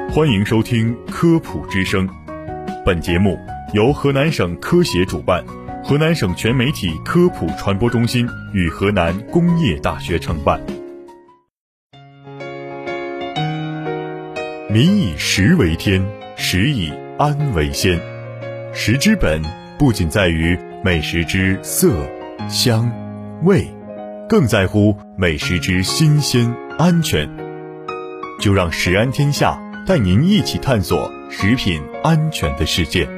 欢迎收听科普之声，本节目由河南省科协主办，河南省全媒体科普传播中心与河南工业大学承办。民以食为天，食以安为先。食之本不仅在于美食之色、香、味，更在乎美食之新鲜、安全。就让食安天下带您一起探索食品安全的世界。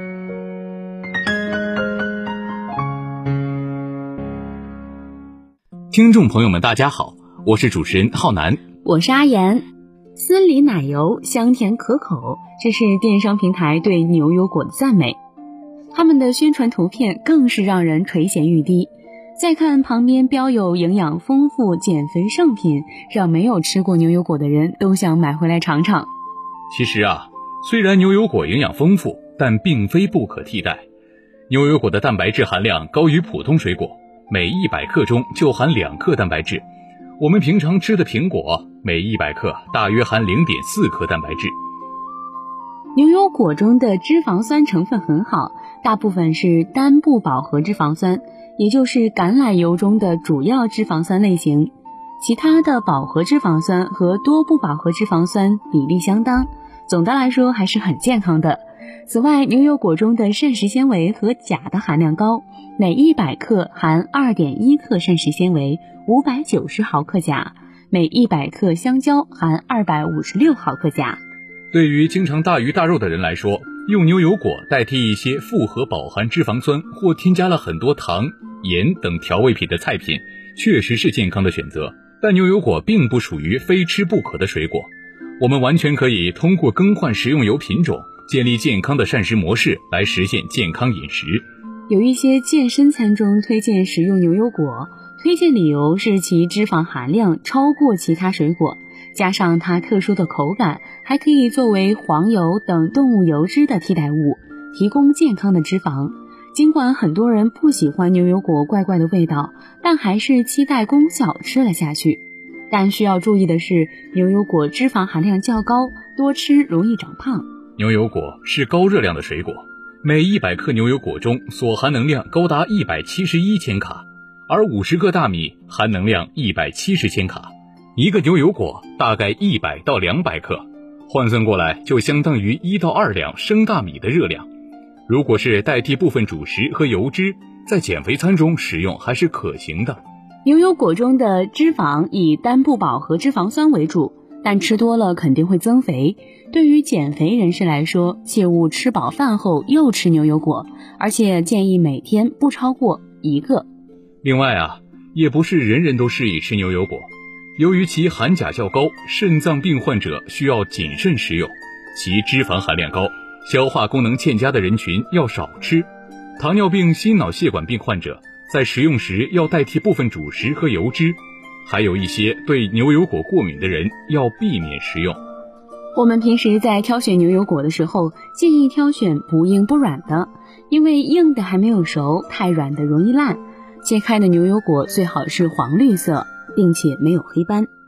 听众朋友们大家好，我是主持人浩南， 我是阿言。森林奶油香甜可口，这是电商平台对牛油果的赞美，他们的宣传图片更是让人垂涎欲滴。再看旁边标有营养丰富、减肥圣品，让没有吃过牛油果的人都想买回来尝尝。 其实虽然牛油果营养丰富，但并非不可替代。牛油果的蛋白质含量高于普通水果，每100克中就含2克蛋白质。我们平常吃的苹果，每100克大约含 0.4 克蛋白质。 牛油果中的脂肪酸成分很好，大部分是单不饱和脂肪酸，也就是橄榄油中的主要脂肪酸类型。其他的饱和脂肪酸和多不饱和脂肪酸比例相当，总的来说还是很健康的。此外，牛油果中的膳食纤维和钾的含量高，每100克含 2.1 克膳食纤维，590毫克钾，每100克香蕉含256毫克钾。 对于经常大鱼大肉的人来说，用牛油果代替一些复合饱含脂肪酸或添加了很多糖、盐等调味品的菜品，确实是健康的选择。但牛油果并不属于非吃不可的水果，我们完全可以通过更换食用油品种，建立健康的膳食模式来实现健康饮食。 有一些健身餐中推荐食用牛油果，推荐理由是其脂肪含量超过其他水果，加上它特殊的口感，还可以作为黄油等动物油脂的替代物，提供健康的脂肪。尽管很多人不喜欢牛油果怪怪的味道，但还是期待功效吃了下去。但需要注意的是，牛油果脂肪含量较高，多吃容易长胖。 牛油果是高热量的水果，每100克牛油果中所含能量高达171千卡，而50克大米含能量170千卡。一个牛油果大概100到200克，换算过来就相当于1到2两生大米的热量。如果是代替部分主食和油脂，在减肥餐中使用还是可行的。 牛油果中的脂肪以单不饱和脂肪酸为主，但吃多了肯定会增肥。对于减肥人士来说，切勿吃饱饭后又吃牛油果，而且建议每天不超过1个。 另外也不是人人都适宜吃牛油果，由于其含钾较高，肾脏病患者需要谨慎食用，其脂肪含量高，消化功能欠佳的人群要少吃。糖尿病、心脑血管病患者在食用时要代替部分主食和油脂，还有一些对牛油果过敏的人要避免食用。 我们平时在挑选牛油果的时候，建议挑选不硬不软的，因为硬的还没有熟，太软的容易烂。切开的牛油果最好是黄绿色，并且没有黑斑。